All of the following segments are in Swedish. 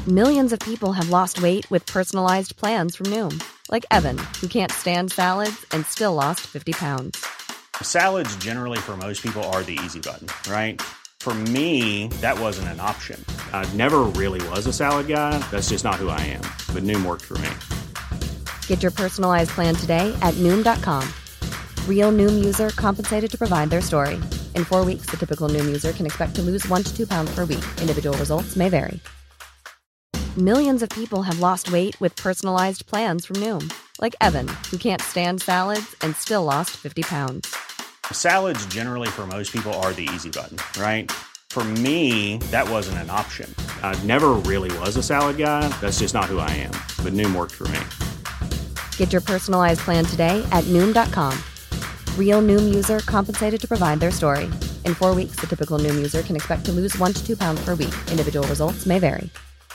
Millions of people have lost weight with personalized plans from Noom. Like Evan, who can't stand salads and still lost 50 pounds. Salads generally for most people are the easy button, right? For me, that wasn't an option. I never really was a salad guy. That's just not who I am. But Noom worked for me. Get your personalized plan today at Noom.com. Real Noom user compensated to provide their story. In 4 weeks, the typical Noom user can expect to lose 1 to 2 pounds per week. Individual results may vary. Millions of people have lost weight with personalized plans from Noom. Like Evan, who can't stand salads and still lost 50 pounds. Salads generally for most people are the easy button, right? For me, that wasn't an option. I never really was a salad guy. That's just not who I am. But Noom worked for me. Get your personalized plan today at Noom.com. Real Noom user compensated to provide their story. In 4 weeks, the typical Noom user can expect to lose 1 to 2 pounds per week. Individual results may vary.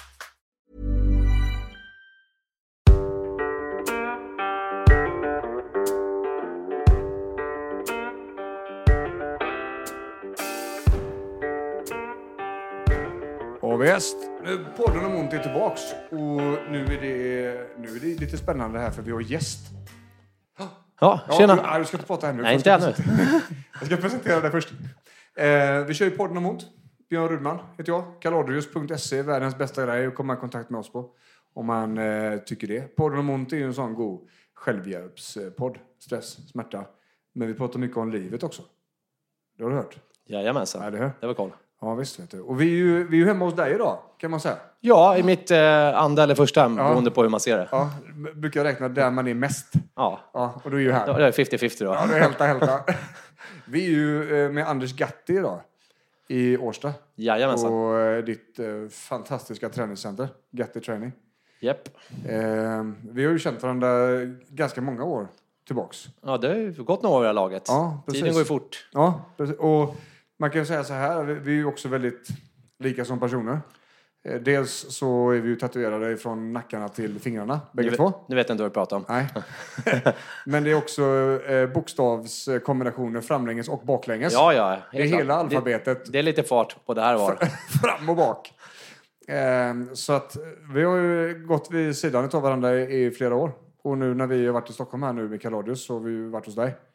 Och visst, podden om ont är tillbaks. Och nu är det lite spännande här för vi har gäst. Ja, tjena. Ja, du ska inte prata ännu. Nej, inte ännu. Jag ska presentera dig först. Vi kör ju podden om ont. Björn Rudman heter jag. Kaladrius.se, världens bästa grej att komma i kontakt med oss på. Om man tycker det. Podden om ont är ju en sån god självhjälpspodd. Stress, smärta. Men vi pratar mycket om livet också. Det har du hört? Jajamensan, Ja, det var koll. Ja, visst vet du. Och vi är ju hemma hos dig idag, kan man säga. Ja, i mitt andra eller första hem, beroende på hur man ser det. Ja, brukar jag räkna där man är mest. Ja. Ja, och du är ju här. Ja, det är 50-50 då. Ja, det är hälta. Vi är ju med Anders Gatti idag i Årsta. Jajamensan. Och ditt fantastiska träningscenter, Gatti Training. Japp. Vi har ju känt varandra ganska många år tillbaks. Ja, det har ju gått några år i laget. Ja, precis. Tiden går ju fort. Ja, precis. Och man kan ju säga så här, vi är ju också väldigt lika som personer. Dels så är vi ju tatuerade från nackarna till fingrarna, bägge två. Nu vet jag inte vad du pratar om. Nej. Men det är också bokstavskombinationer framlänges och baklänges. Ja. Det är hela alfabetet. Det är lite fart på det här var. Fram och bak. Så att vi har ju gått vid sidan av varandra i flera år. Och nu när vi har varit i Stockholm här nu med Kaladius så har vi ju varit hos dig.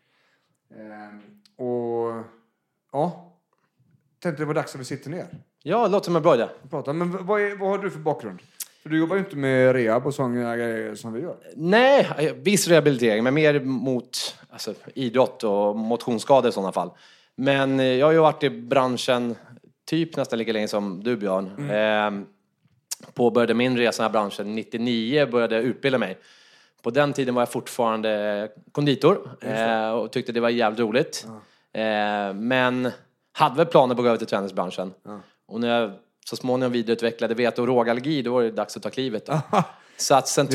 Och ja, tänkte det var dags att vi sitter ner. Ja, det låter som en bra idé. Men vad har du för bakgrund? För du jobbar ju inte med rehab och sådana grejer som vi gör. Nej, viss rehabilitering, men mer mot idrott och motionsskador i sådana fall. Men jag har ju varit i branschen typ nästan lika länge som du, Björn. Påbörjade min resa i den här branschen 99, började utbilda mig. På den tiden var jag fortfarande konditor och tyckte det var jävligt roligt. Men hade väl planer på att gå över till träningsbranschen. Och när jag så småningom vidareutvecklade veto- och rågallergi, då var det dags att ta klivet. Då. Så att sen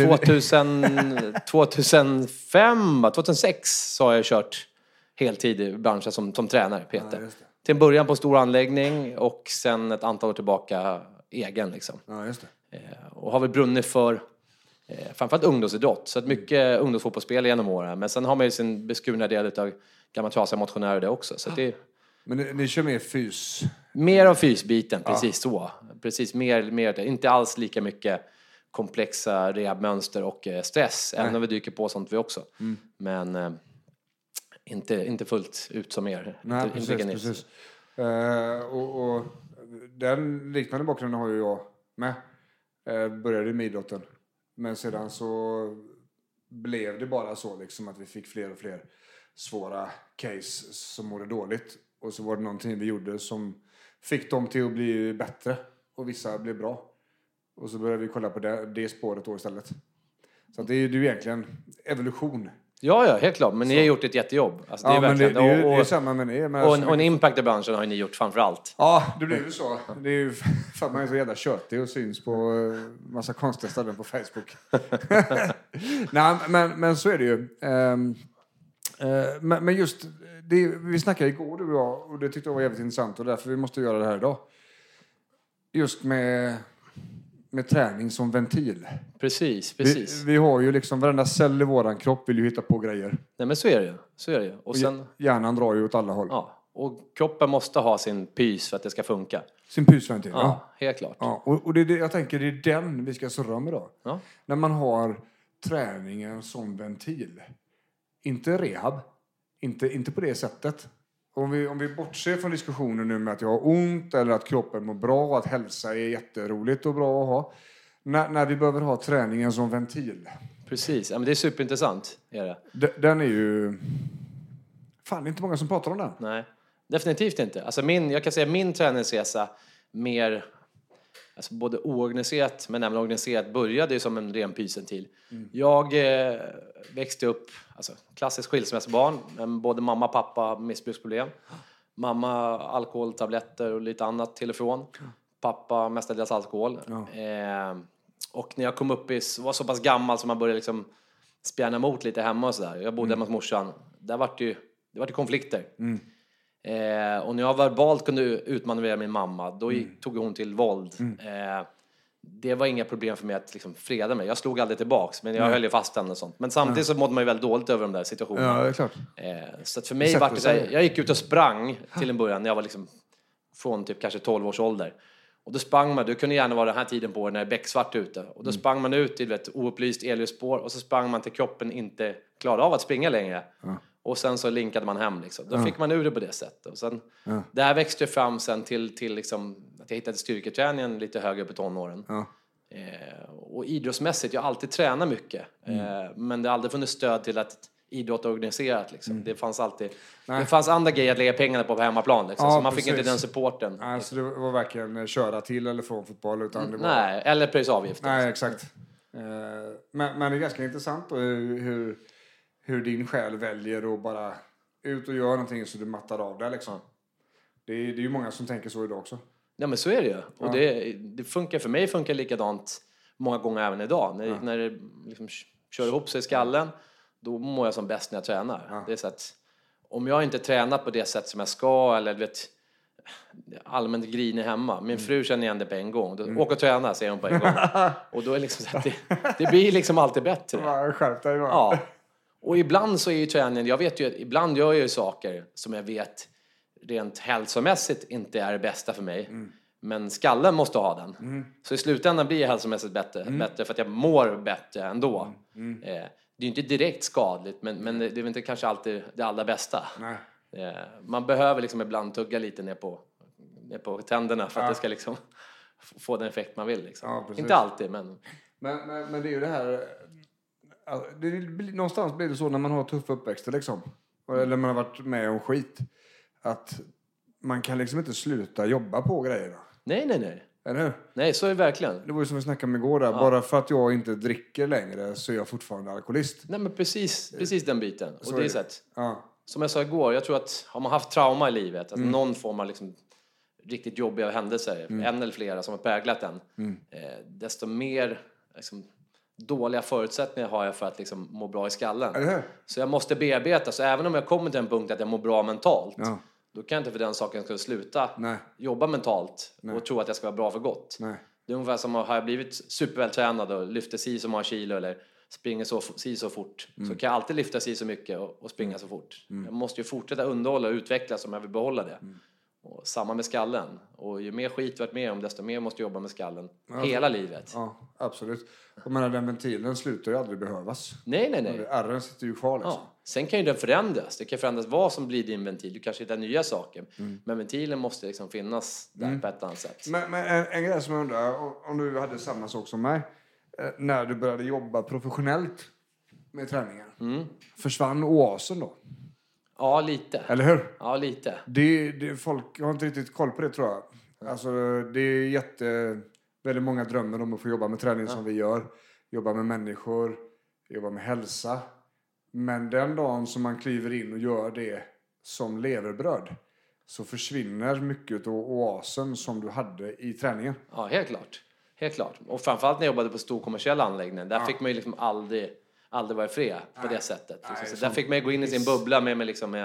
2006 så har jag kört heltid i branschen som tränare, Peter. Ja, till en början på stor anläggning och sen ett antal år tillbaka egen liksom. Ja, just det. Och har väl brunnit för framförallt ungdomsidrott. Så att mycket ungdomsfotbollsspel genom åren. Men sen har man ju sin beskurna del av gamla trasiga motionärer det också. Så det, men ni kör mer fys? Mer av fysbiten, precis så. Precis, mer, inte alls lika mycket komplexa rehabmönster och stress. Även om vi dyker på sånt vi också. Men inte fullt ut som er. Nej, precis. Och den liknande bakgrunden har ju jag med. Började med idrotten. Men sedan så blev det bara så liksom att vi fick fler och fler svåra case som mådde dåligt. Och så var det någonting vi gjorde som fick dem till att bli bättre. Och vissa blev bra. Och så började vi kolla på det spåret då istället. Så att det är ju egentligen evolution. Ja, helt klart. Men ni har gjort ett jättejobb. Alltså, det är verkligen. Men det är samma med er. Och en impact i branschen har ni gjort framförallt. Ja, det blir ju så. Det är ju för att man är så jävla tjötig och syns på massa konstiga ställen på Facebook. Nej, men så är det ju. Men just, vi snackade igår du och jag, och det tyckte jag var jävligt intressant och därför vi måste göra det här idag. Just med träning som ventil. Precis. Vi har ju liksom, varenda cell i våran kropp vill ju hitta på grejer. Nej, men så är det ju. Och sen, hjärnan drar ju åt alla håll. Ja. Och kroppen måste ha sin pys för att det ska funka. Sin pysventil, Ja, helt klart. Ja, och jag tänker det är den vi ska surra om idag. Ja. När man har träningen som ventil. Inte rehab. Inte på det sättet. Om vi bortser från diskussionen nu med att jag har ont eller att kroppen mår bra och att hälsa är jätteroligt och bra att ha. När vi behöver ha träningen som ventil. Precis, ja, men det är superintressant. Är det. Den är ju... Fan, det är inte många som pratar om den. Nej, definitivt inte. Alltså jag kan säga min träningsresa mer... Alltså både oorganiserat men även organiserat började ju som en ren pysentil. Jag växte upp, alltså klassiskt skilsmässobarn, men både mamma och pappa missbruksproblem. Mamma alkoholtabletter och lite annat till och från. Pappa mestadels alkohol. Och när jag kom upp var så pass gammal som man började liksom spjärna emot lite hemma och sådär. Jag bodde hemma hos morsan. Det var ju konflikter. Och när jag verbalt kunde utmanövrera min mamma, då tog hon till våld. Det var inga problem för mig att liksom freda mig. Jag slog aldrig tillbaks, men jag höll ju fast henne och sånt. Men samtidigt så mådde man ju väldigt dåligt över de där situationerna. Ja, det är klart. Så att för mig var det så här, jag gick ut och sprang till en början när jag var liksom från typ kanske 12 års ålder. Och då sprang man, du kunde gärna vara den här tiden på när det är becksvart ute. Och då sprang man ut i ett oupplyst elljusspår och så sprang man till kroppen inte klarade av att springa längre. Och sen så linkade man hem liksom. Då fick man ur det på det sättet. Och sen, det här växte fram sen till liksom, att jag hittade styrketräningen lite högre upp i tonåren. Och idrottsmässigt, jag har alltid tränat mycket. Men det har aldrig funnits stöd till att idrott organiserat liksom. Det fanns alltid... Det fanns andra grejer att lägga pengarna på hemmaplan liksom. Så man fick inte den supporten. Nej, så det var verkligen köra till eller från fotboll utan det var... Nej, eller prisavgift. Nej, exakt. Men det är ganska intressant då, hur din själ väljer att bara ut och göra någonting så du mattar av det liksom. Det är ju många som tänker så idag också. Ja, men så är det ju. Och det funkar, för mig funkar likadant många gånger även idag. När det liksom kör ihop sig i skallen, då mår jag som bäst när jag tränar. Det är så att om jag inte tränar på det sätt som jag ska, eller du vet, allmänt grinig hemma. Min fru känner igen det på en gång. Då åker och träna, säger hon på en gång. Och då är liksom så att det blir liksom alltid bättre. Skärp dig, ja. Och ibland så är ju träningen, jag vet ju att ibland gör jag ju saker som jag vet rent hälsomässigt inte är det bästa för mig. Men skallen måste ha den. Så i slutändan blir jag hälsomässigt bättre för att jag mår bättre ändå. Det är ju inte direkt skadligt, men det är väl inte kanske alltid det allra bästa. Nej. Man behöver liksom ibland tugga lite ner på tänderna för att det ska liksom få den effekt man vill. Liksom. Ja, inte alltid, men... Men det är ju det här... Någonstans blir det så när man har tuffa uppväxter liksom. Eller man har varit med om skit. Att man kan liksom inte sluta jobba på grejerna. Nej. Eller hur? Nej, så är det verkligen. Det var ju som vi snackade om igår där. Ja. Bara för att jag inte dricker längre så är jag fortfarande alkoholist. Nej, men precis den biten. Så och det är så att, som jag sa igår, jag tror att har man haft trauma i livet, att någon form av liksom riktigt jobbiga händelser, en eller flera som har präglat den, desto mer liksom, dåliga förutsättningar har jag för att liksom må bra i skallen. Så jag måste bearbeta. Så även om jag kommer till en punkt att jag mår bra mentalt, då kan jag inte för den saken ska sluta jobba mentalt och tro att jag ska vara bra för gott. Det är ungefär som har jag blivit supervältränad och lyfter si så många kilo eller springer så fort, så kan jag alltid lyfta si så mycket och springa så fort. Jag måste ju fortsätta underhålla och utvecklas om jag vill behålla det. Och samma med skallen. Och ju mer skit varit med om, desto mer måste jag jobba med skallen hela livet. Ja, absolut. Och menar, den ventilen slutar ju aldrig behövas. Nej. Ärren sitter ju kvar liksom. Ja. Sen kan ju den förändras. Det kan förändras vad som blir din ventil. Du kanske hittar nya saker. Men ventilen måste liksom finnas där på ett annat sätt. Men en grej som jag undrar, om du hade samma sak som mig. När du började jobba professionellt med träningen. Försvann oasen då? Ja, lite. Eller hur? Ja, lite. Folk har inte riktigt koll på det, tror jag. Alltså, det är väldigt många drömmer om att få jobba med träning som vi gör. Jobba med människor, jobba med hälsa. Men den dagen som man kliver in och gör det som leverbröd, så försvinner mycket av oasen som du hade i träningen. Ja, helt klart. Och framförallt när jag jobbade på stor kommersiell anläggning. Där fick man ju liksom aldrig vara fred på det sättet. Nej, så där fick man gå in i sin bubbla med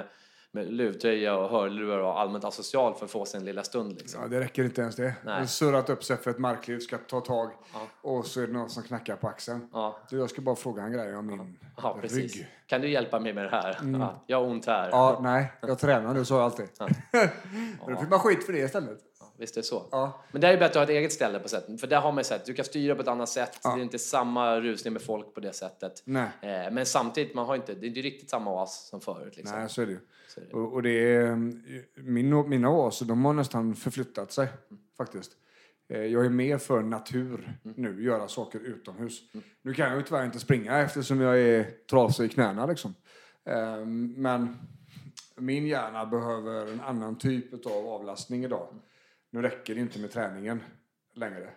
med luvtröja och hörlurar och allmänt asocial för att få sin lilla stund. Liksom. Ja, det räcker inte ens det. Nej. Jag har surrat upp sig för ett markliv, ska ta tag. Och så är det någon som knackar på axeln. Ja. Du, jag ska bara fråga en grej om min Precis. rygg. Kan du hjälpa mig med det här? Ja, jag har ont här. Ja, nej, jag tränar nu, så jag alltid. Men då fick man skit för det istället. Visst är det så. Ja. Men det är ju bättre att ha ett eget ställe på sätt. För där har man sett, du kan styra på ett annat sätt. Det är inte samma rusning med folk på det sättet. Nej. Men samtidigt, det är inte riktigt samma oas som förut. Liksom. Nej, så är det ju. Och det är, mina oaser, de har nästan förflyttat sig, faktiskt. Jag är mer för natur nu, göra saker utomhus. Nu kan jag ju tyvärr inte springa eftersom jag är trasig i knäna, liksom. Men min hjärna behöver en annan typ av avlastning idag. Nu räcker det inte med träningen längre.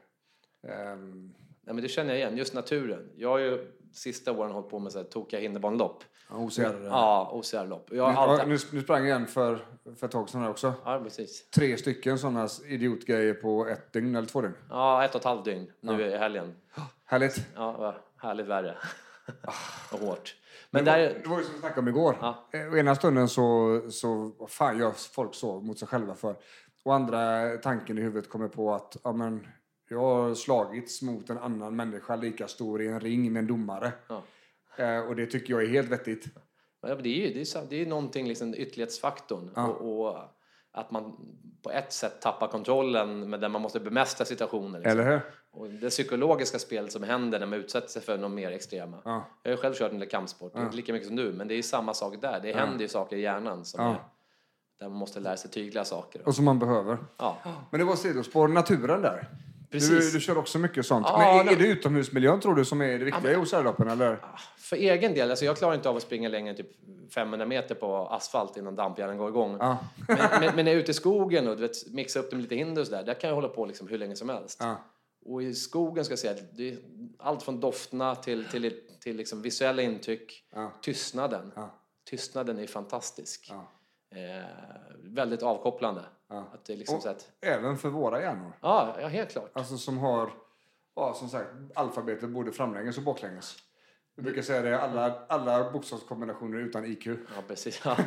Nej, men det känner jag igen, just naturen. Jag har ju sista åren hållit på med så här tokiga hinderbanelopp. OCR. Ja, OCR-lopp. Nu sprang jag igen för ett tag sedan här också. Ja, precis. 3 stycken sådana idiotgrejer på 1 dygn eller 2 dygn. Ja, 1,5 dygn nu i helgen. Härligt. Ja, härligt värre. Och hårt. Men Men det var ju som vi snackade om igår. Ja. Och ena stunden så vad fan gör folk så mot sig själva för? Och andra tanken i huvudet kommer på att jag har slagits mot en annan människa lika stor i en ring med en domare. Ja. Och det tycker jag är helt vettigt. Ja, det är ju någonting, liksom, ytterlighetsfaktorn. Ja. Och att man på ett sätt tappar kontrollen, men där man måste bemästra situationer. Liksom. Eller hur? Och det psykologiska spelet som händer när man utsätter sig för något mer extrema. Ja. Jag har ju själv kört en del kampsport, inte lika mycket som du, men det är ju samma sak där. Det händer ju saker i hjärnan som är, där man måste lära sig tygla saker. Och som man behöver. Ja. Men det var sidospår, naturen där. Precis. Du kör också mycket sånt. Ja, Men är det utomhusmiljön, tror du, som är det viktiga i OCR-loppen, eller? För egen del, alltså jag klarar inte av att springa längre än typ 500 meter på asfalt innan dampjärnen går igång. Ja. Men när jag är ute i skogen och mixa upp det med lite hinder och sådär, där kan jag hålla på liksom hur länge som helst. Ja. Och i skogen ska jag säga, det är allt från doftna till liksom visuella intryck. Ja. Tystnaden. Ja. Tystnaden är fantastisk. Ja. Väldigt avkopplande. Ja. Att det är liksom Och så att, även för våra hjärnor. ja, helt klart. Alltså som har, som sagt, alfabetet både framlänges och baklänges. Vi brukar säga det, alla bokstavskombinationer utan IQ. Ja, precis. Ja.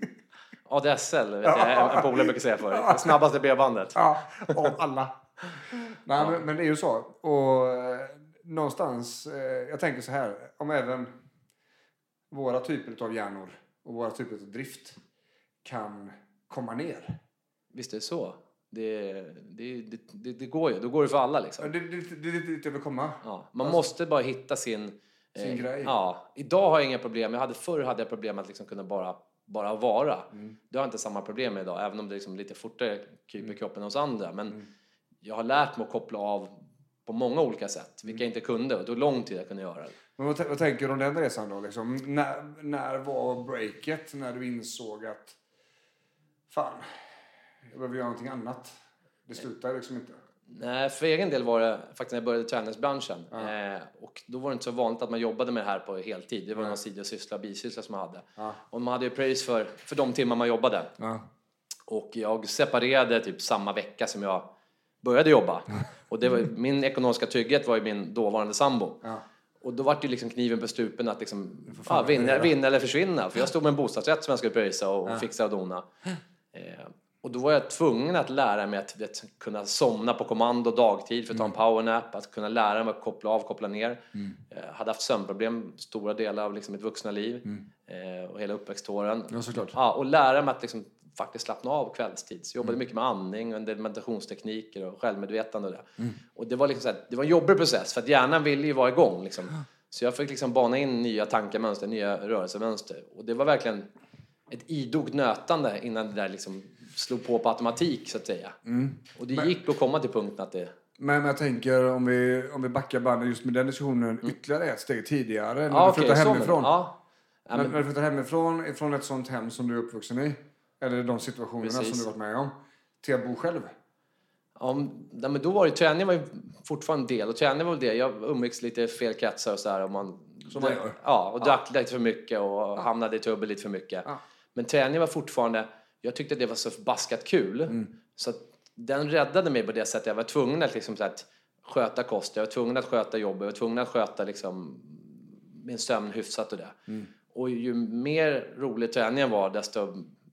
ADSL, vet jag, en polare brukar säga för. Det snabbaste bredbandet. Ja, av alla. Nej, men det är ju så. Och någonstans, jag tänker så här, om även våra typer av hjärnor och våra typer av drift kan komma ner. Visst är det så. Det går ju. Då går det för alla liksom. Det är dit jag vill komma. Ja, man måste bara hitta sin grej. Ja, idag har jag inga problem. Förr hade jag problem med att liksom kunna bara vara. Det har inte samma problem med idag, även om det liksom lite fortare kryper kroppen hos andra. Men jag har lärt mig att koppla av på många olika sätt, vilka jag inte kunde. Och det tog lång tid jag kunde göra det. Men vad tänker du om den resan då? Liksom? När var breaket? När du insåg att fan, jag behöver göra någonting annat. Det slutar liksom inte. Nej, för egen del var det faktiskt när jag började i träningsbranschen. Och då var det inte så vanligt att man jobbade med det här på heltid. Det var någon sidosyssla, bisyssla som man hade. Och man hade ju pröjs för de timmar man jobbade. Och jag separerade typ samma vecka som jag började jobba. Och det var, min ekonomiska trygghet var ju min dåvarande sambo. Och då var det liksom kniven på strupen att liksom, vinna eller försvinna. För jag stod med en bostadsrätt som jag skulle pröjsa och fixa och dona. Och då var jag tvungen att lära mig att kunna somna på kommando dagtid för att ta en powernap. Att kunna lära mig att koppla ner. Jag hade haft sömnproblem stora delar av liksom mitt vuxna liv. Och hela uppväxtåren. Ja, såklart. Och lära mig att liksom faktiskt slappna av kvällstid. Så jag jobbade mycket med andning och en del meditationstekniker och självmedvetande och det. Och det var liksom så här, det var en jobbig process för att hjärnan ville ju vara igång liksom. Så jag fick liksom bana in nya tankemönster, nya rörelsemönster. Och det var verkligen ett idogt nötande innan det där liksom slog på automatik så att säga. Och det gick att komma till punkten att det... Men jag tänker om vi backar bandet just med den diskussionen ytterligare ett steg tidigare. När du flyttar hemifrån. När du flyttar hemifrån från ett sånt hem som du är uppvuxen i. Eller de situationerna som du varit med om. Till att bo själv. Ja, men då var det träning var ju fortfarande en del. Och träning var väl det. Jag umgicks lite i fel kretsar och sådär. Som man gör. Ja, och drack lite för mycket och hamnade i trubbel lite för mycket. Men träning var fortfarande... Jag tyckte att det var så förbaskat kul. Så att den räddade mig på det sättet. Jag var tvungen att, liksom, så att sköta kost. Jag var tvungen att sköta jobb. Jag var tvungen att sköta liksom, min sömn hyfsat och det. Och ju mer rolig träningen var, desto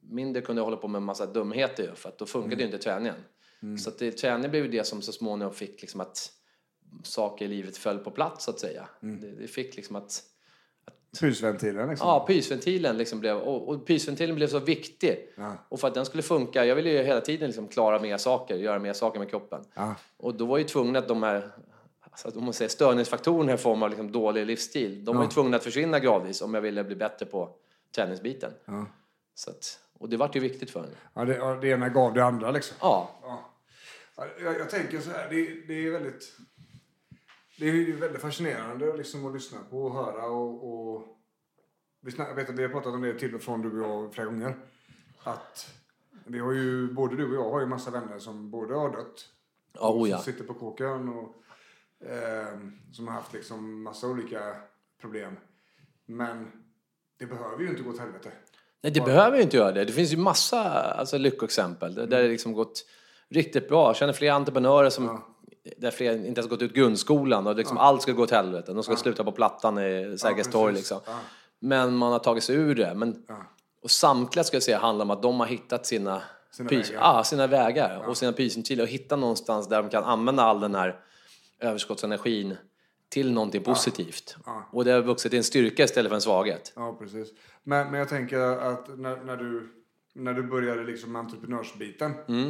mindre kunde jag hålla på med en massa dumheter ju, för att då funkade ju inte träningen. Så att träningen blev ju det som så småningom fick liksom att saker i livet föll på plats så att säga. Det fick liksom att Pysventilen liksom. Ja, pysventilen liksom blev, och pysventilen blev så viktig. Och för att den skulle funka, jag ville ju hela tiden liksom klara mer saker, göra mer saker med kroppen. Och då var ju tvungen att de här, alltså, om man säger störningsfaktorerna i form av liksom dålig livsstil, de var ju tvungna att försvinna gradvis om jag ville bli bättre på träningsbiten. Så att, och det var ju viktigt för henne. Ja, det ena gav det andra liksom. Ja. Jag tänker så här, det är väldigt... Det är ju väldigt fascinerande liksom att lyssna på och höra och jag vet att vi har pratat om det till och från du och jag flera gånger. Att vi har ju, både du och jag har ju massa vänner som både har dött. Som sitter på kåken och som har haft liksom massa olika problem. Men det behöver ju inte gå till helvete. Nej, det behöver ju inte göra det. Det finns ju massa lyckoexempel där det liksom gått riktigt bra. Jag känner flera entreprenörer som där fler inte ens gått ut grundskolan och liksom allt ska gå till helvete. De ska sluta på plattan i Sergels torg liksom. Men man har tagit sig ur det. Och samtliga ska jag säga handlar om att de har hittat sina vägar och sina pysventiler och hittat någonstans där de kan använda all den här överskottsenergin till någonting positivt. Och det har vuxit till en styrka istället för en svaghet. Ja, precis. Men jag tänker att när du började liksom med entreprenörsbiten,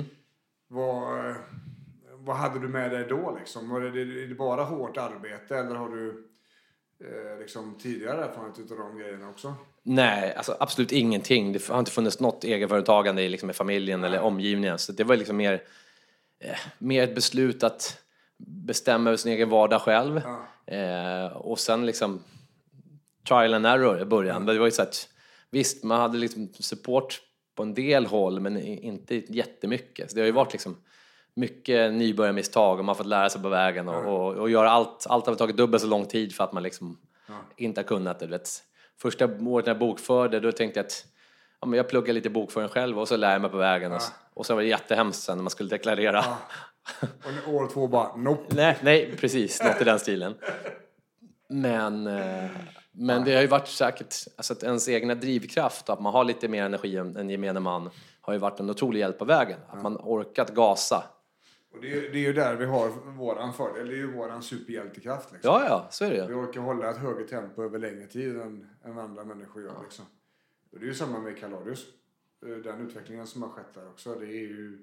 vad hade du med dig då liksom? Var det bara hårt arbete eller har du liksom tidigare erfarenhet av de grejerna också? Nej, alltså absolut ingenting. Det har inte funnits något egenföretagande i, liksom, i familjen eller omgivningen. Så det var liksom mer ett beslut att bestämma över sin egen vardag själv. Och sen liksom trial and error i början. Det var ju så att visst, man hade liksom support på en del håll men inte jättemycket. Så det har ju varit liksom mycket nybörjarmisstag och man har fått lära sig på vägen och göra allt har tagit dubbelt så lång tid för att man liksom inte har kunnat det. Vet. Första året när jag bokförde, då tänkte jag att jag pluggar lite bokföring själv och så lär jag mig på vägen. Och så var det jättehemskt sen när man skulle deklarera. Och år 2 bara, nope. Nej, precis. Något i den stilen. Men det har ju varit säkert, alltså att ens egna drivkraft och att man har lite mer energi än gemene man har ju varit en otrolig hjälp på vägen. Att man orkat gasa. Och det är ju där vi har våran fördel. Det är ju våran superhjältekraft. Liksom. Ja, så är det. Vi orkar hålla ett högre tempo över längre tid än andra människor gör. Liksom. Och det är ju samma med Kaladius. Den utvecklingen som har skett där också. Det är ju...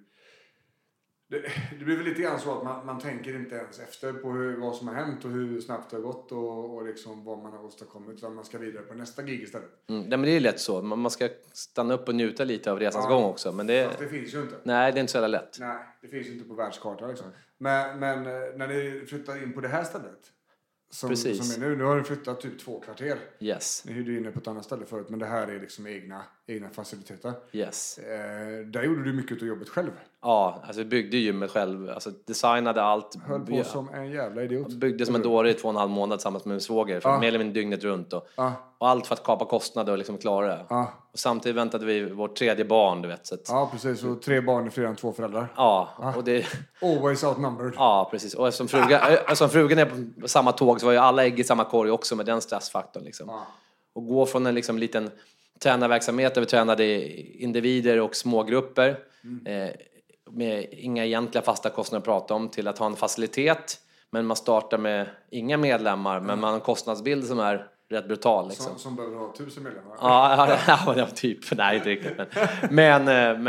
Det blir väl lite grann så att man tänker inte ens efter på vad som har hänt och hur snabbt det har gått och liksom vad man har åstadkommit, utan man ska vidare på nästa gig istället. Nej, men det är lätt så. Man ska stanna upp och njuta lite av resans gång också. Men det finns ju inte. Nej, det är inte så jävla lätt. Nej, det finns ju inte på världskartan liksom. Men när ni flyttar in på det här stället som är nu har ni flyttat typ 2 kvarter. Yes. Ni hyrde inne på ett annat ställe förut, men det här är liksom egna faciliteter. Yes. Där gjorde du mycket av jobbet själv. Ja, alltså vi byggde gymmet själv. Alltså designade allt. Höll på som en jävla idiot. Byggde som en dåre i 2,5 månader tillsammans med min svåger. Mer eller mindre dygnet runt. Och allt för att kapa kostnader och liksom klara det. Och samtidigt väntade vi vårt 3:e barn, du vet. Så att... Ja, precis. Och 3 barn är fler än 2 föräldrar. Ja, och det... Always outnumbered. Ja, precis. Och eftersom frugan är på samma tåg så var ju alla ägg i samma korg också med den stressfaktorn. Liksom. Och gå från en liksom liten tränarverksamhet där vi tränade individer och smågrupper med inga egentliga fasta kostnader att prata om, till att ha en facilitet, men man startar med inga medlemmar, men man har en kostnadsbild som är rätt brutal. Liksom. Som behöver ha 1000 medlemmar? Ja, typ. Nej, inte riktigt. Men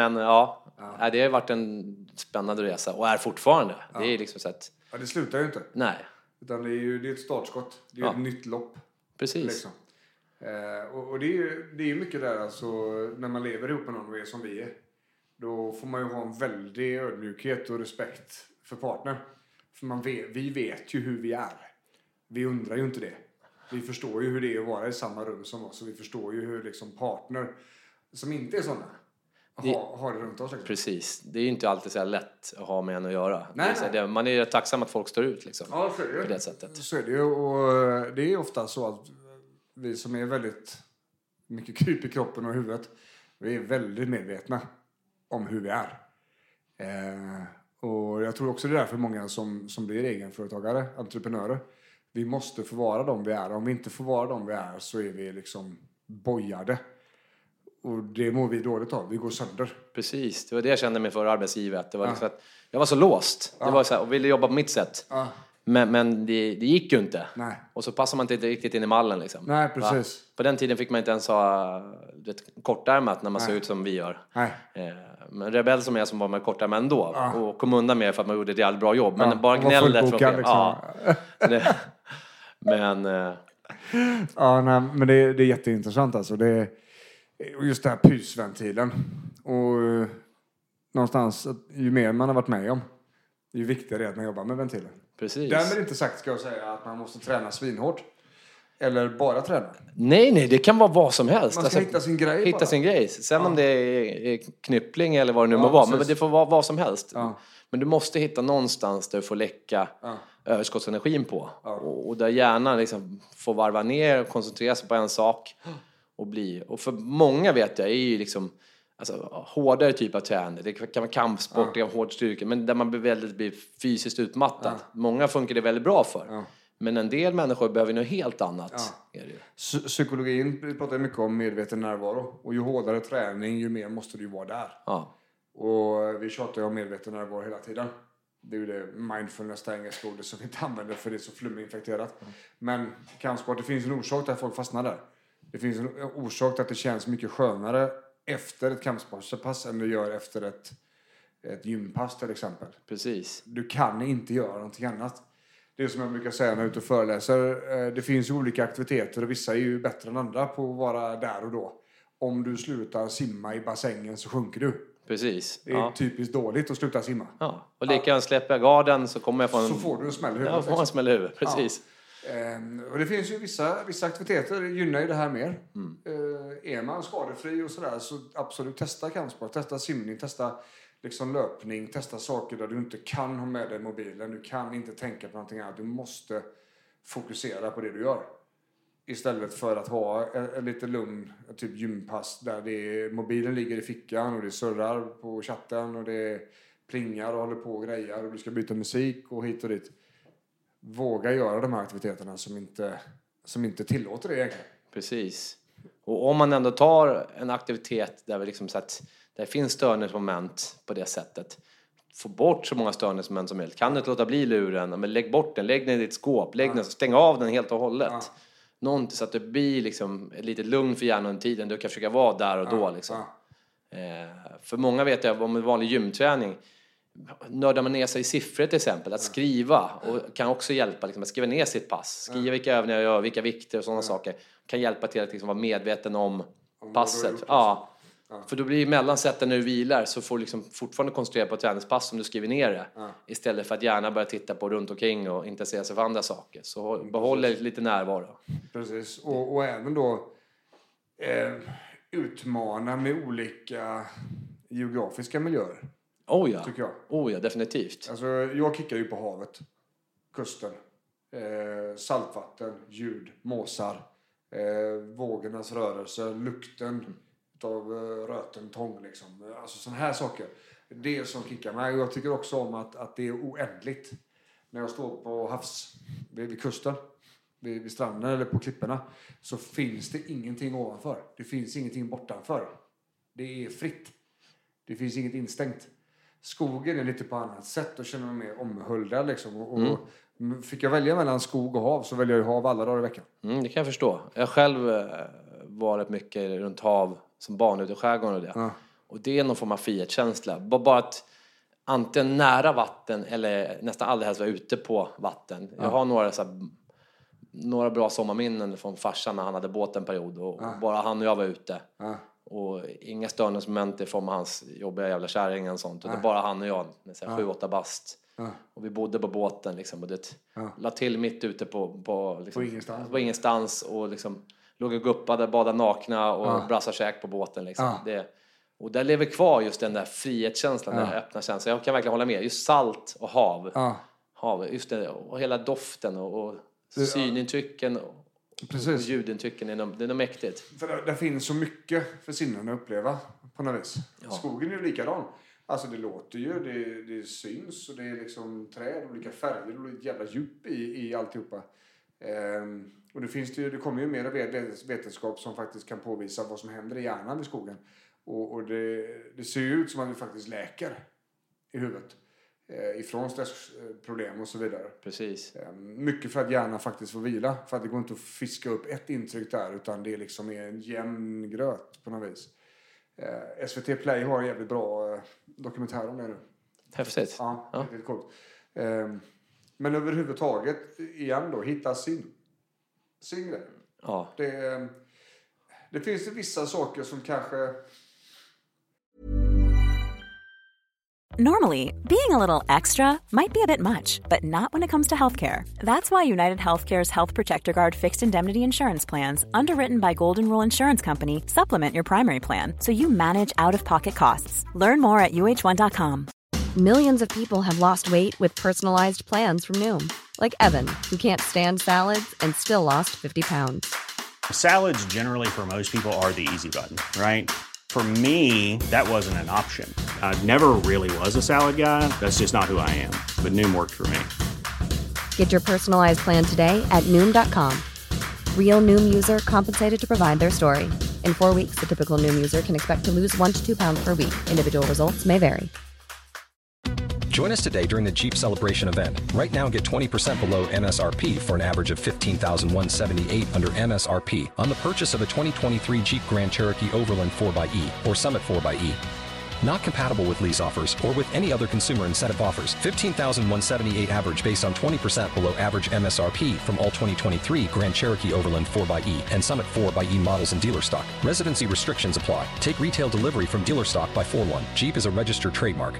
det har varit en spännande resa och är fortfarande. Det är liksom så att... Ja, det slutar ju inte. Nej. Utan det är ett startskott. Det är ett nytt lopp. Precis. Liksom. Och det är ju mycket där alltså, när man lever ihop med någon och är som vi är. Då får man ju ha en väldig ödmjukhet och respekt för partner. För vi vet ju hur vi är. Vi undrar ju inte det. Vi förstår ju hur det är att vara i samma rum som oss. Och vi förstår ju hur liksom partner som inte är sådana har det runt oss. Liksom. Precis. Det är ju inte alltid så lätt att ha med en att göra. Nej. Man är tacksam att folk står ut liksom, ja, så är det ju. på det sättet. Så är det ju. Och det är ofta så att vi som är väldigt mycket kryp i kroppen och huvudet, vi är väldigt medvetna om hur vi är. Och jag tror också det är därför många som blir egenföretagare, entreprenörer. Vi måste få vara de vi är. Om vi inte får vara de vi är så är vi liksom bojade. Och det mår vi dåligt av. Vi går sönder. Precis, det var det jag kände med förra arbetsgivet. Det var liksom att jag var så låst. Det var så här, och ville jobba på mitt sätt. Men det gick ju inte. Nej. Och så passar man inte riktigt in i mallen liksom. Nej, precis. På den tiden fick man inte ens ha kortärmat när man ser ut som vi gör. Nej. Men Rebell som jag som var med kortärmat ändå. Och kom undan med för att man gjorde ett jävligt bra jobb. Men bara var gnället fullbokad, liksom. Men det är jätteintressant alltså. Och just det här pysventilen. Och någonstans, ju mer man har varit med om, ju viktigare är att man jobbar med ventilen. Precis. Därmed inte sagt ska jag säga att man måste träna svinhårt. Eller bara träna. Nej, det kan vara vad som helst. Man ska hitta sin grej. Hitta sin grej. Sen om det är knyppling eller vad det nu må vara. Men det får vara vad som helst. Ja. Men du måste hitta någonstans där du får läcka överskottsenergin på. Och där hjärnan liksom får varva ner och koncentrera sig på en sak. Och för många vet jag är ju liksom hårdare typ av träning. Det kan vara kampsport, det kan vara hård styrka. Men där man blir fysiskt utmattad. Många funkar det väldigt bra för. Men en del människor behöver något helt annat. Psykologin pratar mycket om medveten närvaro. Och ju hårdare träning, ju mer måste du vara där. Och vi tjatar ju om medveten närvaro hela tiden. Det är ju det mindfulness, det engelska ordet som vi inte använder för det är så fluminfekterat. Men kampsport, det finns en orsak till att folk fastnar där. Det finns en orsak till att det känns mycket skönare efter ett kampsportpass än det gör efter ett gympass till exempel. Precis. Du kan inte göra någonting annat. Det är som jag brukar säga när jag är ute och föreläser. Det finns ju olika aktiviteter och vissa är ju bättre än andra på att vara där och då. Om du slutar simma i bassängen så sjunker du. Precis. Det är typiskt dåligt att sluta simma. Ja. Och lika släpper jag garden så kommer jag få så får du en smäll i huvudet. Ja, får en smäll i huvudet. Precis. Och det finns ju vissa aktiviteter gynnar ju det här mer. Är man skadefri och sådär så absolut testa kampsport, testa simning, testa liksom löpning, testa saker där du inte kan ha med dig mobilen, du kan inte tänka på någonting annat, du måste fokusera på det du gör. Istället för att ha en lite lugn typ gympass där mobilen ligger i fickan och det surrar på chatten och det plingar och håller på och grejer och du ska byta musik och hit och dit. Våga göra de här aktiviteterna som inte tillåter det egentligen. Precis. Och om man ändå tar en aktivitet där vi liksom så att det finns störningsmoment på det sättet. Få bort så många störningsmoment som möjligt. Kan du inte låta bli luren? Men lägg bort den, lägg den i ditt skåp, stäng av den helt och hållet. Någonting så att det blir liksom lite lugn för hjärnan under tiden. Du kan försöka vara där och då liksom. För många vet jag om en vanlig gymträning. Nördar man ner sig i siffror till exempel. Att skriva och kan också hjälpa liksom, att skriva ner sitt pass. Skriva vilka övningar jag gör, vilka vikter och sådana saker. Kan hjälpa till att liksom, vara medveten om passet. För då blir mellansätten när du vilar så får du liksom fortfarande koncentrera på ett träningspass som du skriver ner det. Istället för att gärna börja titta på runt omkring och intressera sig för andra saker. Så behåller lite närvaro. Precis. Och även då utmana med olika geografiska miljöer. Tycker jag. Oh ja, definitivt. Alltså, jag kickar ju på havet. Kusten. Saltvatten, ljud, måsar. Vågornas rörelse, lukten av röten tång liksom. Alltså sådana här saker. Det är som kickar mig. Jag tycker också om att det är oändligt. När jag står på vid kusten, vid stranden eller på klipporna, så finns det ingenting ovanför. Det finns ingenting bortanför. Det är fritt. Det finns inget instängt. Skogen är lite på annat sätt och känner mig mer omhuldad liksom. Och fick jag välja mellan skog och hav så väljer jag hav alla dagar i veckan. Det kan jag förstå. Jag har själv varit mycket runt hav som barn ute i skärgården och det. Och det är någon form av frihetskänsla. Bara att antingen nära vatten eller nästan aldrig helst vara ute på vatten. Jag har några bra sommarminnen från farsan när han hade båt en period. Och bara han och jag var ute. Och inga störningsmoment i form av hans jobbiga jävla kärring och sånt. Utan bara han och jag med 7-8 bast. Och vi bodde på båten liksom. Och det la till mitt ute på ingenstans. Och liksom låg och guppade, badade nakna och brassade käk på båten liksom. Och där lever kvar just den där frihetskänslan, den där öppna känslan. Jag kan verkligen hålla med. Just salt och hav. Just det, och hela doften och synintrycken och ljudintrycken det är nog mäktigt. För det finns så mycket för sinnen att uppleva på något vis. Skogen är ju likadan. Alltså det låter ju, det syns och det är liksom träd, olika färger och ett jävla djup i alltihopa. Och det kommer ju mer vetenskap som faktiskt kan påvisa vad som händer i hjärnan i skogen. Och det ser ju ut som att vi faktiskt läker i huvudet. Ifrån stressproblem och så vidare. Precis. Mycket för att hjärnan faktiskt får vila. För att det går inte att fiska upp ett intryck där. Utan det liksom är en jämn gröt på något vis. SVT Play har en jävligt bra dokumentär om det nu. Häftigt. Ja, riktigt coolt. Men överhuvudtaget, igen då, hitta sin grej. Ja. Det finns ju vissa saker som kanske... Normally, being a little extra might be a bit much, but not when it comes to healthcare. That's why United Healthcare's Health Protector Guard fixed indemnity insurance plans, underwritten by Golden Rule Insurance Company, supplement your primary plan so you manage out-of-pocket costs. Learn more at uh1.com. Millions of people have lost weight with personalized plans from Noom. Like Evan, who can't stand salads and still lost 50 pounds. Salads generally for most people are the easy button, right? For me, that wasn't an option. I never really was a salad guy. That's just not who I am. But Noom worked for me. Get your personalized plan today at Noom.com. Real Noom user compensated to provide their story. In 4 weeks, the typical Noom user can expect to lose 1 to 2 pounds per week. Individual results may vary. Join us today during the Jeep Celebration event. Right now, get 20% below MSRP for an average of $15,178 under MSRP on the purchase of a 2023 Jeep Grand Cherokee Overland 4xE or Summit 4xE. Not compatible with lease offers or with any other consumer incentive offers. $15,178 average based on 20% below average MSRP from all 2023 Grand Cherokee Overland 4xE and Summit 4xE models in dealer stock. Residency restrictions apply. Take retail delivery from dealer stock by 4/1. Jeep is a registered trademark.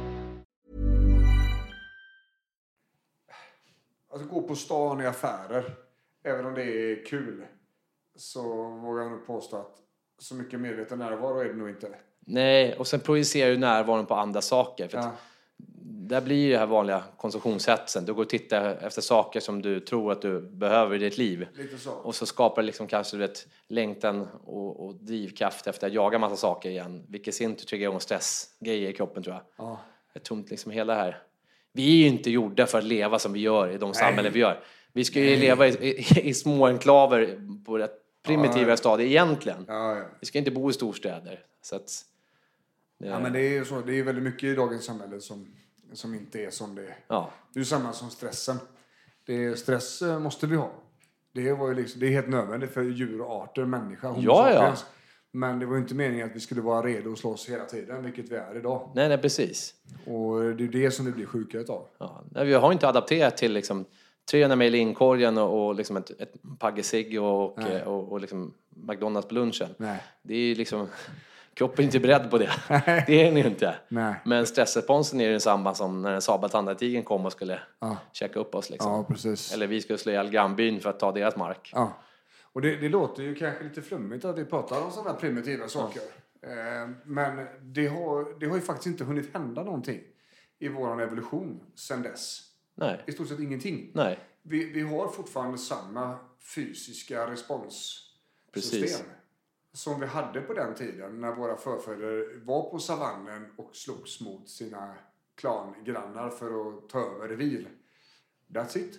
Alltså gå på stan i affärer, även om det är kul, så vågar jag nog påstå att så mycket medveten närvaro är det nog inte. Nej, och sen projicerar du närvaron på andra saker. För att där blir ju det här vanliga konsumtionshetsen. Du går och tittar efter saker som du tror att du behöver i ditt liv. Lite så. Och så skapar det liksom kanske ett längtan och drivkraft efter att jaga massa saker igen. Vilket sin tur triggar igång stressgrejer i kroppen, tror jag. Ja. Jag tror inte liksom hela det här. Vi är ju inte gjorda för att leva som vi gör i de samhällen vi gör. Vi ska ju leva i små enklaver på det primitiva stadiet egentligen. Ja. Vi ska inte bo i storstäder. Så att, men det är ju så. Det är väldigt mycket i dagens samhälle som inte är som det är. Ja. Det är ju samma som stressen. Stress måste vi ha. Det är helt nödvändigt för djur och arter, människa. Ja. Men det var ju inte meningen att vi skulle vara redo att slåss hela tiden, vilket vi är idag. Nej, precis. Och det är det som vi blir sjuka utav. Ja. Nej, vi har inte adapterat till liksom 300 mejl i inkorgen och liksom ett paggesig och liksom McDonalds på lunchen. Nej. Det är liksom... Kroppen är inte beredd på det. Det är den ju inte. Nej. Men stressresponsen är ju samma som när den sabeltandade tigern kom och skulle checka upp oss. Liksom. Ja, precis. Eller vi skulle slå ihjäl grannbyn för att ta deras mark. Ja. Och det låter ju kanske lite flummigt att vi pratar om sådana primitiva saker. Men det har ju faktiskt inte hunnit hända någonting i vår evolution sedan dess. Nej. I stort sett ingenting. Nej. Vi har fortfarande samma fysiska responssystem. Precis. Som vi hade på den tiden när våra förfäder var på savannen och slogs mot sina klangrannar för att ta över revir. That's it.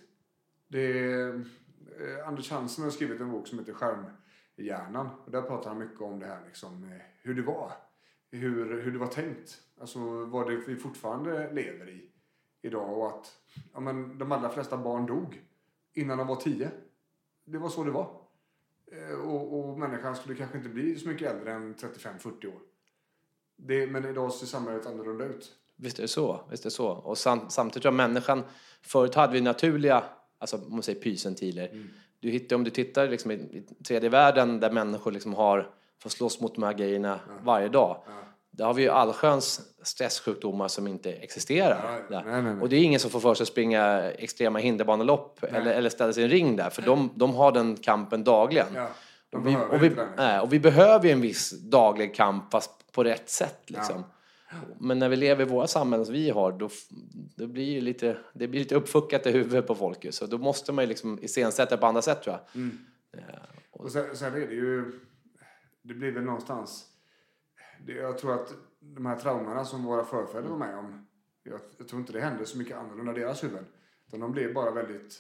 Anders Hansen har skrivit en bok som heter Skärmhjärnan. Och där pratar han mycket om det här liksom, hur det var. Hur det var tänkt. Alltså vad det vi fortfarande lever i idag. Och att de allra flesta barn dog innan de var 10. Det var så det var. Och människan skulle kanske inte bli så mycket äldre än 35-40 år. Men idag ser samhället annorlunda ut. Visst är det så. Och samtidigt tror jag människan... Förut hade vi naturliga, alltså om man säger pysentiler. Om du tittar liksom i tredje världen där människor liksom får slåss mot de här grejerna varje dag. Där har vi ju allsköns stresssjukdomar som inte existerar. Nej. Och det är ingen som får för sig att springa extrema hinderbanelopp eller ställa sig i en ring där. För de har den kampen dagligen. Ja, och vi behöver ju en viss daglig kamp fast på rätt sätt. Liksom. Ja. Men när vi lever i våra samhällen som vi har, då blir det blir lite uppfuckat i huvudet på folk. Så då måste man ju liksom iscensätta på andra sätt, tror jag. Och sen är det ju... Det blir väl någonstans... Jag tror att de här traumorna som våra förfäder var med om, jag tror inte det hände så mycket annorlunda i deras huvuden. Utan de blev bara väldigt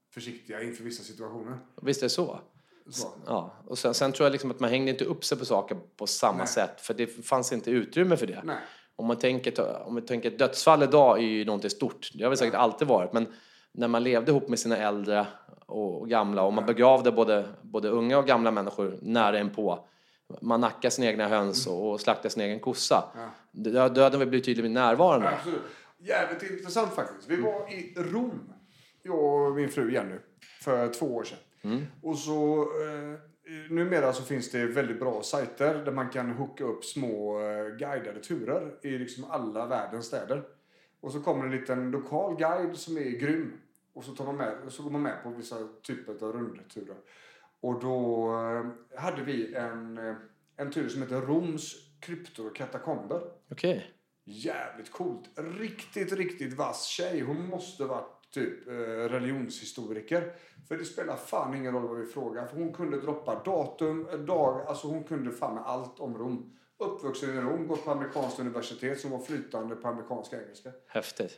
försiktiga inför vissa situationer. Visst är det så? Så. Ja, och sen tror jag liksom att man hängde inte upp sig på saker på samma sätt. För det fanns inte utrymme för det. Nej. Om man tänker dödsfall idag är ju någonting stort. Det har väl säkert alltid varit. Men när man levde ihop med sina äldre och gamla och man begravde både unga och gamla människor nära en på. Man nackade sina egna höns och slaktade sin egen kossa. Ja. Döden vill bli tydligt närvarande. Ja, absolut. Jävligt intressant faktiskt. Vi var i Rom, jag och min fru Jenny, för 2 år sedan. Och så numera så finns det väldigt bra sajter där man kan hooka upp små guidade turer i liksom alla världens städer. Och så kommer en liten lokal guide som är grym. Och så går man med på vissa typer av rundturer. Och då hade vi en tur som heter Roms kryptor och katakomber. Okej. Jävligt coolt. Riktigt vass tjej. Hon måste varit typ religionshistoriker. För det spelar fan ingen roll vad vi frågar. För hon kunde droppa datum, dag. Alltså hon kunde fan med allt om Rom. Uppvuxen i Rom, gått på amerikanskt universitet som var flytande på amerikanska engelska. Häftigt.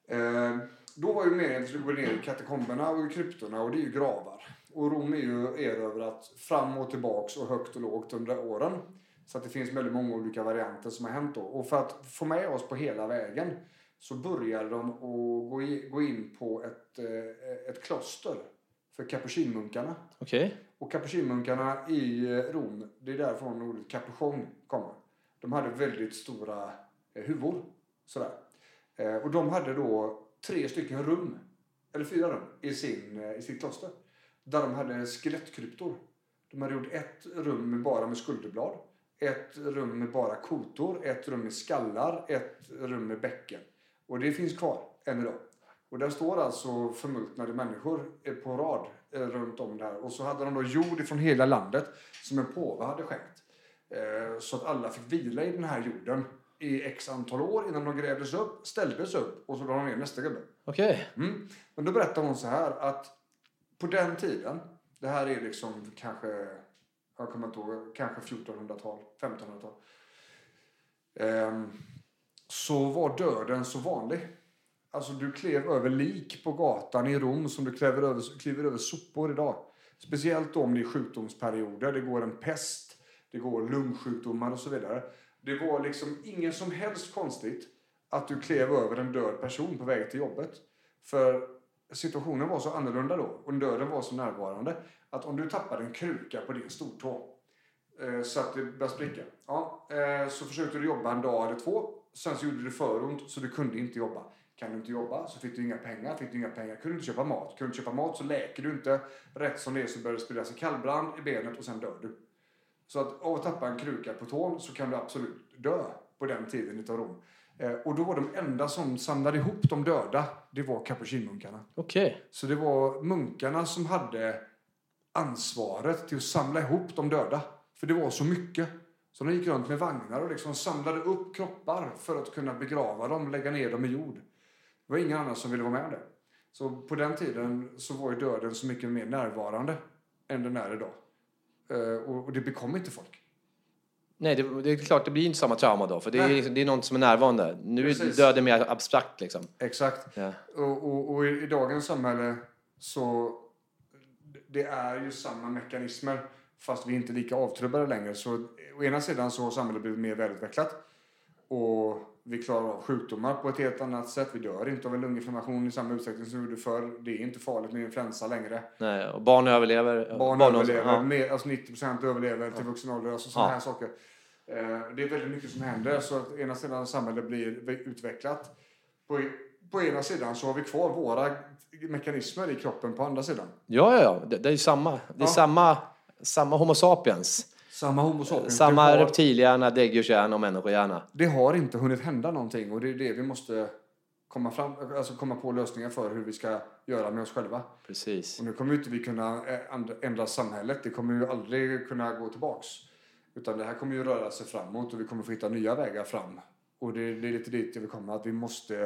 Då var ju meningen att vi skulle gå ner i katakomberna och i kryptorna, och det är ju gravar. Och Rom är ju erövrat fram och tillbaks och högt och lågt under åren. Så att det finns väldigt många olika varianter som har hänt då. Och för att få med oss på hela vägen så började de att gå in på ett kloster för kapucinmunkarna. Okej. Och kapucinmunkarna i Rom, det är därifrån ordet kapuchon kommer. De hade väldigt stora huvor. Sådär. Och de hade då 3 stycken rum, eller 4 rum, i sitt kloster. Där de hade skelettkryptor. De hade gjort ett rum bara med skulderblad. Ett rum med bara kotor. Ett rum med skallar. Ett rum med bäcken. Och det finns kvar än idag. Och där står alltså förmultnade människor på rad runt om där. Och så hade de då jord från hela landet som en påve hade skänkt. Så att alla fick vila i den här jorden i x antal år innan de grävdes upp, ställdes upp och så la de ner nästa gubbe. Okej. Men då berättar hon så här att på den tiden, det här är liksom kanske, jag kommer inte ihåg, kanske 1400-tal, 1500-tal. Så var döden så vanlig. Alltså du klev över lik på gatan i Rom som du kliver över sopor idag. Speciellt om det är sjukdomsperioder, det går en pest, det går lungsjukdomar och så vidare. Det var liksom ingen som helst konstigt att du klev över en död person på väg till jobbet. För situationen var så annorlunda då. Och döden var så närvarande. Att om du tappade en kruka på din stortå. Så att det började spricka. Ja, så försökte du jobba en dag eller 2. Sen så gjorde det för ont så du kunde inte jobba. Kan du inte jobba så fick du inga pengar. Kunde du inte köpa mat. Kunde du köpa mat så läker du inte. Rätt som det är så börjar det spridas en kallbrand i benet och sen dör du. Så att av att tappa en kruka på tån så kan du absolut dö på den tiden utav Rom. Och då var de enda som samlade ihop de döda, det var kapucinmunkarna. Okej. Så det var munkarna som hade ansvaret till att samla ihop de döda. För det var så mycket. Så de gick runt med vagnar och liksom samlade upp kroppar för att kunna begrava dem, lägga ner dem i jord. Det var ingen annan som ville vara med om det. Så på den tiden så var ju döden så mycket mer närvarande än den är idag. Och det bekom inte folk. Nej, det är klart, det blir inte samma trauma då. För det är något som är närvarande. Nu är döden mer abstrakt liksom. Exakt. Ja. Och i dagens samhälle så det är ju samma mekanismer fast vi är inte lika avtrubbade längre. Så å ena sidan så har samhället blivit mer välutvecklat. Och vi klarar av sjukdomar på ett helt annat sätt. Vi dör inte av en lunginflammation i samma utsträckning som vi gjorde förr. Det är inte farligt med influensa längre. Nej, och barn överlever. Barn överlever. Alltså 90% överlever till vuxen ålder. Alltså sådana här saker. Det är väldigt mycket som händer. Så att ena sidan samhället blir utvecklat. På ena sidan så har vi kvar våra mekanismer i kroppen på andra sidan. Ja. Det är ju samma. Det är samma homo sapiens. Samma homo sapiens. Samma reptilhjärna, däggdjurshjärna och människohjärna. Det har inte hunnit hända någonting. Och det är det vi måste komma på lösningar för hur vi ska göra med oss själva. Precis. Och nu kommer inte vi kunna ändra samhället. Det kommer ju aldrig kunna gå tillbaks. Utan det här kommer ju röra sig framåt och vi kommer få hitta nya vägar fram. Och det är lite dit vi kommer. Att vi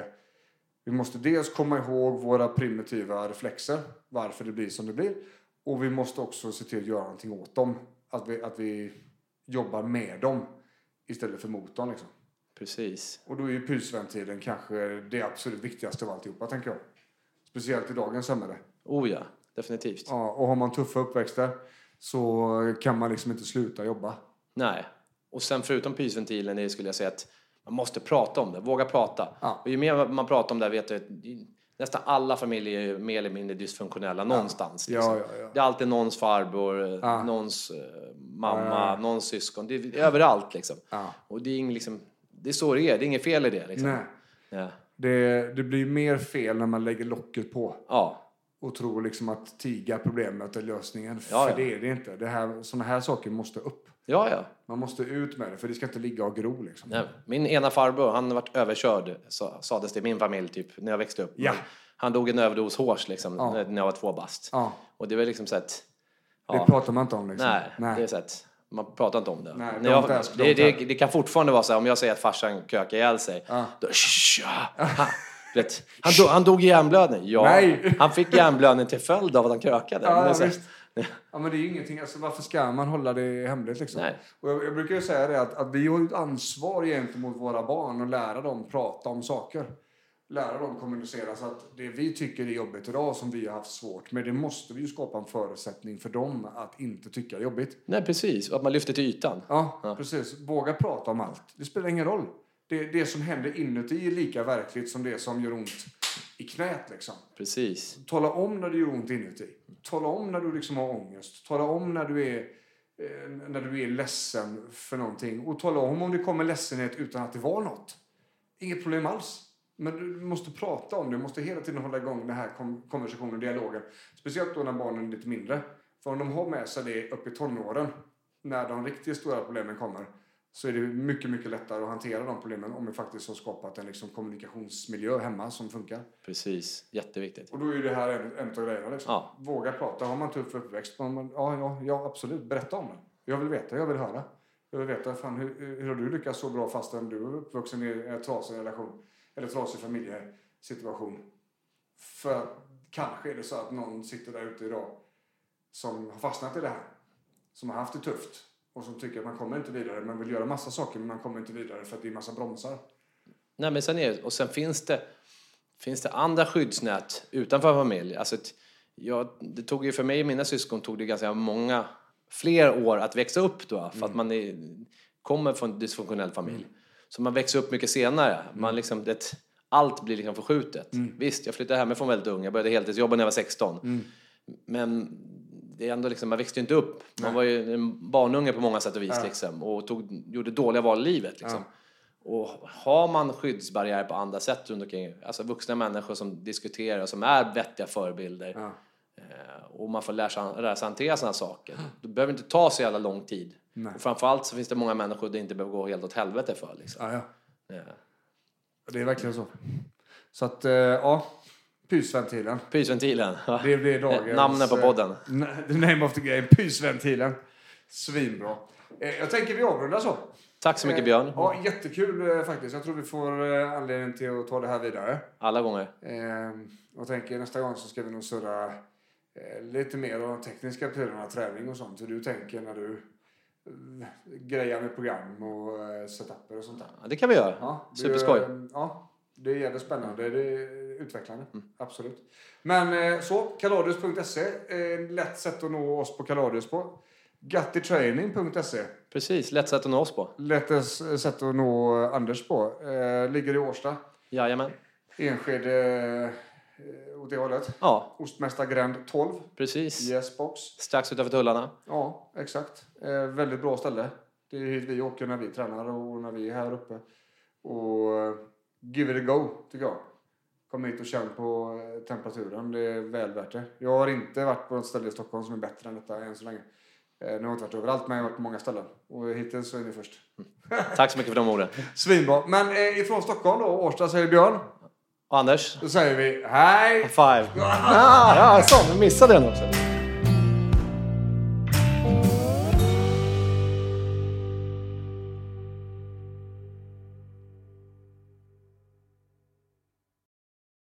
måste dels komma ihåg våra primitiva reflexer. Varför det blir som det blir. Och vi måste också se till att göra någonting åt dem. Att vi jobbar med dem istället för mot dem liksom. Precis. Och då är ju pulsventilen kanske det absolut viktigaste av alltihopa, tänker jag. Speciellt i dagens samhälle. Oh ja. definitivt. Ja, och har man tuffa uppväxter så kan man liksom inte sluta jobba. Nej. Och sen förutom pysventilen skulle jag säga att man måste prata om det. Våga prata. Ja. Och ju mer man pratar om det vet jag att nästan alla familjer är mer eller mindre dysfunktionella någonstans. Liksom. Ja. Det är alltid någons farbror, någons mamma, någons syskon. Det är överallt liksom. Ja. Och det är liksom, det är så det är. Det är inget fel i det liksom. Nej. Ja. Det blir mer fel när man lägger locket på. Ja. Och tror liksom att tiga problemet är lösningen. Ja. För det är det inte. Såna här saker måste upp. Ja. Man måste ut med det, för det ska inte ligga och gro liksom. Nej. Min ena farbror, han har varit överkörd, sades det i min familj typ, när jag växte upp. Ja. Han dog en överdos hårs liksom, när jag var 2 bast. Ja. Och det var liksom så att... Det pratar man inte om liksom. Nej. Det är så att man pratar inte om det. Nej, det kan fortfarande vara så här, om jag säger att farsan kökar ihjäl sig. Då, han dog i hjärnblödning. Ja, Nej. Han fick hjärnblödning till följd av att han krökade. Ja, visst. Ja, men det är ju ingenting. Alltså, varför ska man hålla det hemligt liksom? Nej. Och jag brukar ju säga det att vi har ett ansvar gentemot våra barn och lära dem prata om saker. Lära dem kommunicera, så att det vi tycker är jobbigt idag som vi har haft svårt. Men det måste vi ju skapa en förutsättning för dem att inte tycka det är jobbigt. Nej, precis. Att man lyfter till ytan. Ja, precis. Våga prata om allt. Det spelar ingen roll. Det som händer inuti är lika verkligt som det som gör ont i knät liksom. Precis. Tala om när det gör ont inuti. Tala om när du liksom har ångest. Tala om när du är ledsen för någonting. Och tala om det kommer ledsenhet utan att det var något. Inget problem alls. Men du måste prata om det. Du måste hela tiden hålla igång den här konversationen, dialogen. Speciellt då när barnen är lite mindre. För om de har med sig det upp i tonåren, när de riktigt stora problemen kommer, så är det mycket, mycket lättare att hantera de problemen om vi faktiskt har skapat en liksom kommunikationsmiljö hemma som funkar. Precis, jätteviktigt. Och då är det här en av grejerna liksom. Ja. Våga prata. Har man tuff uppväxt? Ja, absolut. Berätta om det. Jag vill veta, jag vill höra. Jag vill veta, fan, hur har du lyckats så bra fastän du är uppvuxen i en trasig relation eller trasig familjesituation? För kanske är det så att någon sitter där ute idag som har fastnat i det här. Som har haft det tufft. Och som tycker att man kommer inte vidare. Man vill göra massa saker men man kommer inte vidare för att det är massa bromsar. Nej, men sen finns det andra skyddsnät utanför familj. Alltså, det tog ju för mig och mina syskon tog det ganska många fler år att växa upp då. För att man kommer från en dysfunktionell familj. Så man växer upp mycket senare. Man liksom, allt blir liksom förskjutet. Visst, jag flyttade hemifrån väldigt ung. Jag började heltidsjobba när jag var 16. Men det är ändå liksom, man växte inte upp. Man var ju en barnunge på många sätt och vis liksom, och gjorde dåliga val i livet liksom. Och har man skyddsbarriär på andra sätt runt omkring, alltså vuxna människor som diskuterar, som är vettiga förebilder, och man får lära sig hantera sådana saker, då behöver det inte ta så jävla lång tid. Och framförallt så finns det många människor det inte behöver gå helt åt helvete för liksom. Det är verkligen så. Så att, pysventilen. Pysventilen. Det blir dagens... Namnet på podden. The name of the game. Pysventilen. Svinbra. Jag tänker vi avrundar så. Tack så mycket, Björn. Ja, jättekul faktiskt. Jag tror vi får anledning till att ta det här vidare. Alla gånger. Jag tänker nästa gång så ska vi nog surra lite mer om de tekniska perioderna, träning och sånt. Hur du tänker när du grejer med program och setuper och sånt där. Ja, det kan vi göra. Ja, Superskoj. Ja, det är jävligt spännande. Det är utvecklande. Absolut. Men så, kaladius.se. Lätt sätt att nå oss på Kaladius på. Guttytraining.se. Precis, lätt sätt att nå oss på. Lätt sätt att nå Anders på. Ligger i Årsta. Jajamän. Enskede åt det hållet. Ja. Ostmästargränd 12. Precis. Yes box. Strax utanför tullarna. Ja, exakt. Väldigt bra ställe. Det är hit vi åker när vi tränar och när vi är här uppe. Och give it a go, tycker jag. Kom hit och känn på temperaturen. Det är väl värt det. Jag har inte varit på ett ställe i Stockholm som är bättre än detta än så länge. Nu har jag inte varit överallt, men jag har varit på många ställen. Och hittills så är ni först. Tack så mycket för de orden. Svinbra. Men ifrån Stockholm då, Årsta, säger Björn. Och Anders. Då säger vi hej! Five. Ja, så. Vi missade den också.